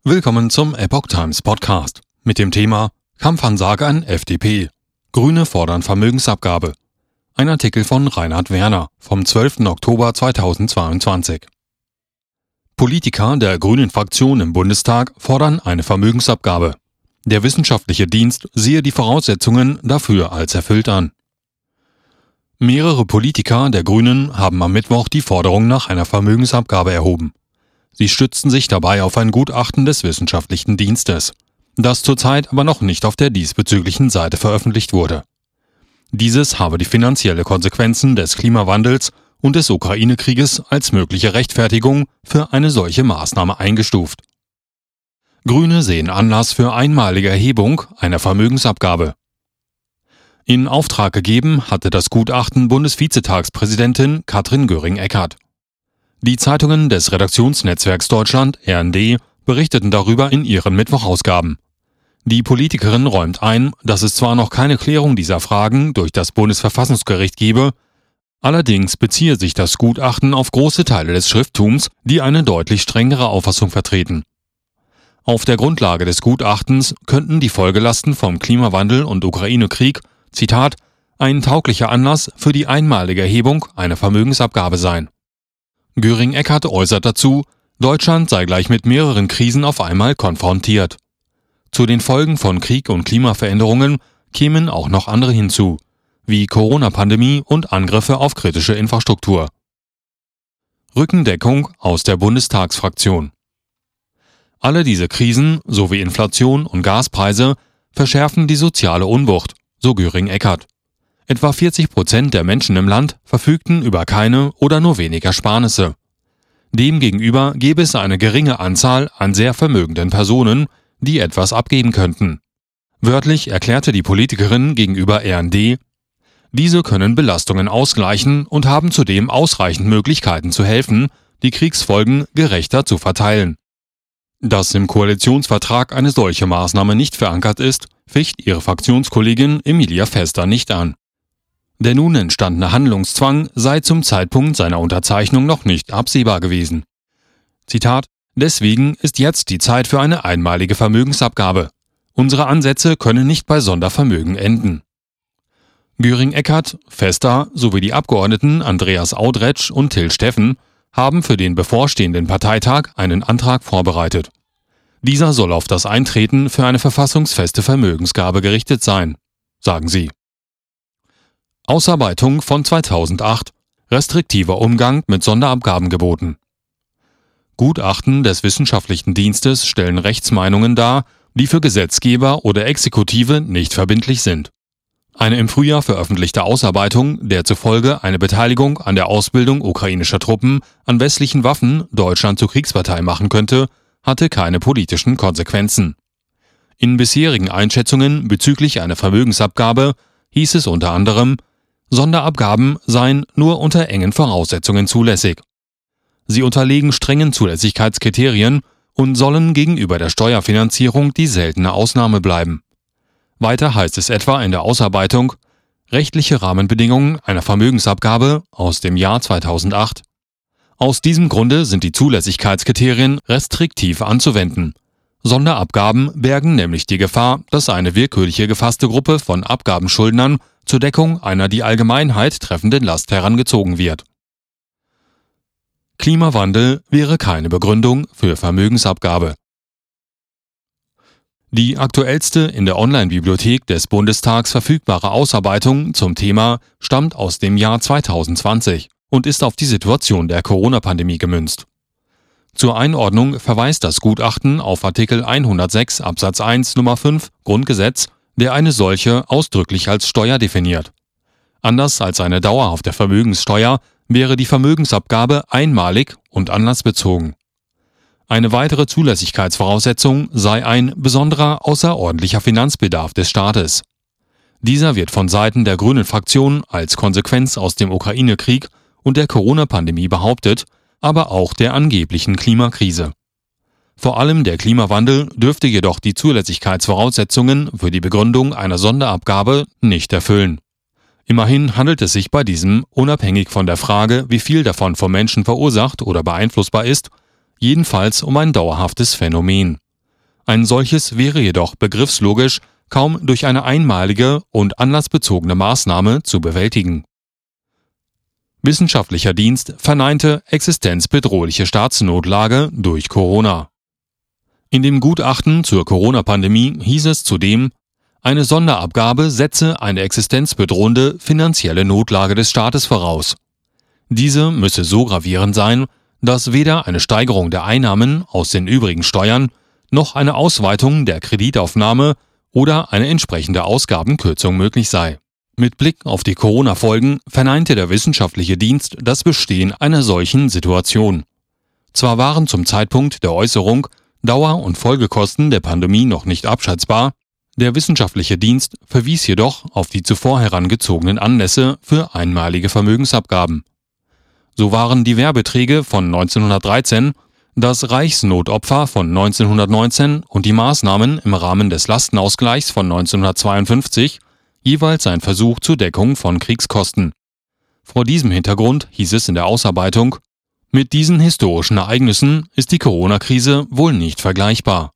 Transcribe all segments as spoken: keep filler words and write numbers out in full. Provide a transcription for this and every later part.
Willkommen zum Epoch Times Podcast mit dem Thema Kampfansage an F D P. Grüne fordern Vermögensabgabe. Ein Artikel von Reinhard Werner vom zwölften Oktober zweitausendzweiundzwanzig. Politiker der Grünen-Fraktion im Bundestag fordern eine Vermögensabgabe. Der wissenschaftliche Dienst sehe die Voraussetzungen dafür als erfüllt an. Mehrere Politiker der Grünen haben am Mittwoch die Forderung nach einer Vermögensabgabe erhoben. Sie stützten sich dabei auf ein Gutachten des wissenschaftlichen Dienstes, das zurzeit aber noch nicht auf der diesbezüglichen Seite veröffentlicht wurde. Dieses habe die finanzielle Konsequenzen des Klimawandels und des Ukraine-Krieges als mögliche Rechtfertigung für eine solche Maßnahme eingestuft. Grüne sehen Anlass für einmalige Erhebung einer Vermögensabgabe. In Auftrag gegeben hatte das Gutachten Bundesvizetagspräsidentin Katrin Göring-Eckardt. Die Zeitungen des Redaktionsnetzwerks Deutschland R N D berichteten darüber in ihren Mittwochausgaben. Die Politikerin räumt ein, dass es zwar noch keine Klärung dieser Fragen durch das Bundesverfassungsgericht gebe, allerdings beziehe sich das Gutachten auf große Teile des Schrifttums, die eine deutlich strengere Auffassung vertreten. Auf der Grundlage des Gutachtens könnten die Folgelasten vom Klimawandel und Ukraine-Krieg, Zitat, ein tauglicher Anlass für die einmalige Erhebung einer Vermögensabgabe sein. Göring-Eckardt äußert dazu, Deutschland sei gleich mit mehreren Krisen auf einmal konfrontiert. Zu den Folgen von Krieg und Klimaveränderungen kämen auch noch andere hinzu, wie Corona-Pandemie und Angriffe auf kritische Infrastruktur. Rückendeckung aus der Bundestagsfraktion. Alle diese Krisen sowie Inflation und Gaspreise verschärfen die soziale Unwucht, so Göring-Eckardt. Etwa vierzig Prozent der Menschen im Land verfügten über keine oder nur wenig Ersparnisse. Demgegenüber gäbe es eine geringe Anzahl an sehr vermögenden Personen, die etwas abgeben könnten. Wörtlich erklärte die Politikerin gegenüber R N D, diese können Belastungen ausgleichen und haben zudem ausreichend Möglichkeiten zu helfen, die Kriegsfolgen gerechter zu verteilen. Dass im Koalitionsvertrag eine solche Maßnahme nicht verankert ist, ficht ihre Fraktionskollegin Emilia Vester nicht an. Der nun entstandene Handlungszwang sei zum Zeitpunkt seiner Unterzeichnung noch nicht absehbar gewesen. Zitat: Deswegen ist jetzt die Zeit für eine einmalige Vermögensabgabe. Unsere Ansätze können nicht bei Sondervermögen enden. Göring-Eckardt, Vester sowie die Abgeordneten Andreas Audretsch und Till Steffen haben für den bevorstehenden Parteitag einen Antrag vorbereitet. Dieser soll auf das Eintreten für eine verfassungsfeste Vermögensgabe gerichtet sein, sagen sie. Ausarbeitung von zweitausendacht. Restriktiver Umgang mit Sonderabgabengeboten. Gutachten des wissenschaftlichen Dienstes stellen Rechtsmeinungen dar, die für Gesetzgeber oder Exekutive nicht verbindlich sind. Eine im Frühjahr veröffentlichte Ausarbeitung, der zufolge eine Beteiligung an der Ausbildung ukrainischer Truppen an westlichen Waffen Deutschland zur Kriegspartei machen könnte, hatte keine politischen Konsequenzen. In bisherigen Einschätzungen bezüglich einer Vermögensabgabe hieß es unter anderem, Sonderabgaben seien nur unter engen Voraussetzungen zulässig. Sie unterlegen strengen Zulässigkeitskriterien und sollen gegenüber der Steuerfinanzierung die seltene Ausnahme bleiben. Weiter heißt es etwa in der Ausarbeitung, rechtliche Rahmenbedingungen einer Vermögensabgabe aus dem Jahr zweitausendacht. Aus diesem Grunde sind die Zulässigkeitskriterien restriktiv anzuwenden. Sonderabgaben bergen nämlich die Gefahr, dass eine willkürliche gefasste Gruppe von Abgabenschuldnern zur Deckung einer die Allgemeinheit treffenden Last herangezogen wird. Klimawandel wäre keine Begründung für Vermögensabgabe. Die aktuellste in der Online-Bibliothek des Bundestags verfügbare Ausarbeitung zum Thema stammt aus dem Jahr zweitausendzwanzig und ist auf die Situation der Corona-Pandemie gemünzt. Zur Einordnung verweist das Gutachten auf Artikel hundertsechs Absatz eins Nummer fünf Grundgesetz, der eine solche ausdrücklich als Steuer definiert. Anders als eine dauerhafte Vermögenssteuer wäre die Vermögensabgabe einmalig und anlassbezogen. Eine weitere Zulässigkeitsvoraussetzung sei ein besonderer außerordentlicher Finanzbedarf des Staates. Dieser wird von Seiten der Grünen-Fraktion als Konsequenz aus dem Ukraine-Krieg und der Corona-Pandemie behauptet, aber auch der angeblichen Klimakrise. Vor allem der Klimawandel dürfte jedoch die Zulässigkeitsvoraussetzungen für die Begründung einer Sonderabgabe nicht erfüllen. Immerhin handelt es sich bei diesem, unabhängig von der Frage, wie viel davon vom Menschen verursacht oder beeinflussbar ist, jedenfalls um ein dauerhaftes Phänomen, Ein solches wäre jedoch begriffslogisch kaum durch eine einmalige und anlassbezogene Maßnahme zu bewältigen. Wissenschaftlicher Dienst verneinte existenzbedrohliche Staatsnotlage durch Corona. In dem Gutachten zur Corona-Pandemie hieß es zudem, eine Sonderabgabe setze eine existenzbedrohende finanzielle Notlage des Staates voraus. Diese müsse so gravierend sein, dass weder eine Steigerung der Einnahmen aus den übrigen Steuern noch eine Ausweitung der Kreditaufnahme oder eine entsprechende Ausgabenkürzung möglich sei. Mit Blick auf die Corona-Folgen verneinte der wissenschaftliche Dienst das Bestehen einer solchen Situation. Zwar waren zum Zeitpunkt der Äußerung Dauer- und Folgekosten der Pandemie noch nicht abschätzbar, der wissenschaftliche Dienst verwies jedoch auf die zuvor herangezogenen Anlässe für einmalige Vermögensabgaben. So waren die Wehrbeträge von neunzehnhundertdreizehn, das Reichsnotopfer von neunzehnhundertneunzehn und die Maßnahmen im Rahmen des Lastenausgleichs von neunzehnhundertzweiundfünfzig jeweils ein Versuch zur Deckung von Kriegskosten. Vor diesem Hintergrund hieß es in der Ausarbeitung, mit diesen historischen Ereignissen ist die Corona-Krise wohl nicht vergleichbar.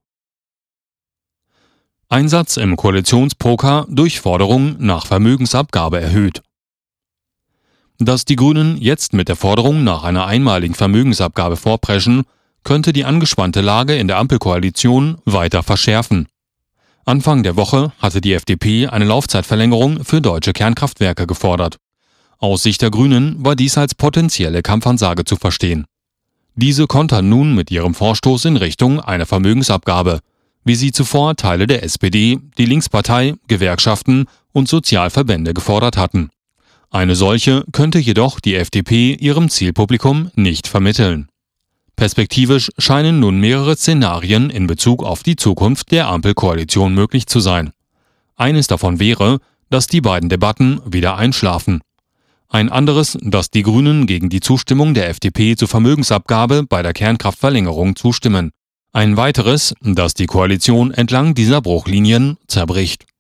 Einsatz im Koalitionspoker durch Forderung nach Vermögensabgabe erhöht. Dass die Grünen jetzt mit der Forderung nach einer einmaligen Vermögensabgabe vorpreschen, könnte die angespannte Lage in der Ampelkoalition weiter verschärfen. Anfang der Woche hatte die F D P eine Laufzeitverlängerung für deutsche Kernkraftwerke gefordert. Aus Sicht der Grünen war dies als potenzielle Kampfansage zu verstehen. Diese kontern nun mit ihrem Vorstoß in Richtung einer Vermögensabgabe, wie sie zuvor Teile der S P D, die Linkspartei, Gewerkschaften und Sozialverbände gefordert hatten. Eine solche könnte jedoch die F D P ihrem Zielpublikum nicht vermitteln. Perspektivisch scheinen nun mehrere Szenarien in Bezug auf die Zukunft der Ampelkoalition möglich zu sein. Eines davon wäre, dass die beiden Debatten wieder einschlafen. Ein anderes, dass die Grünen gegen die Zustimmung der F D P zur Vermögensabgabe bei der Kernkraftverlängerung zustimmen. Ein weiteres, dass die Koalition entlang dieser Bruchlinien zerbricht.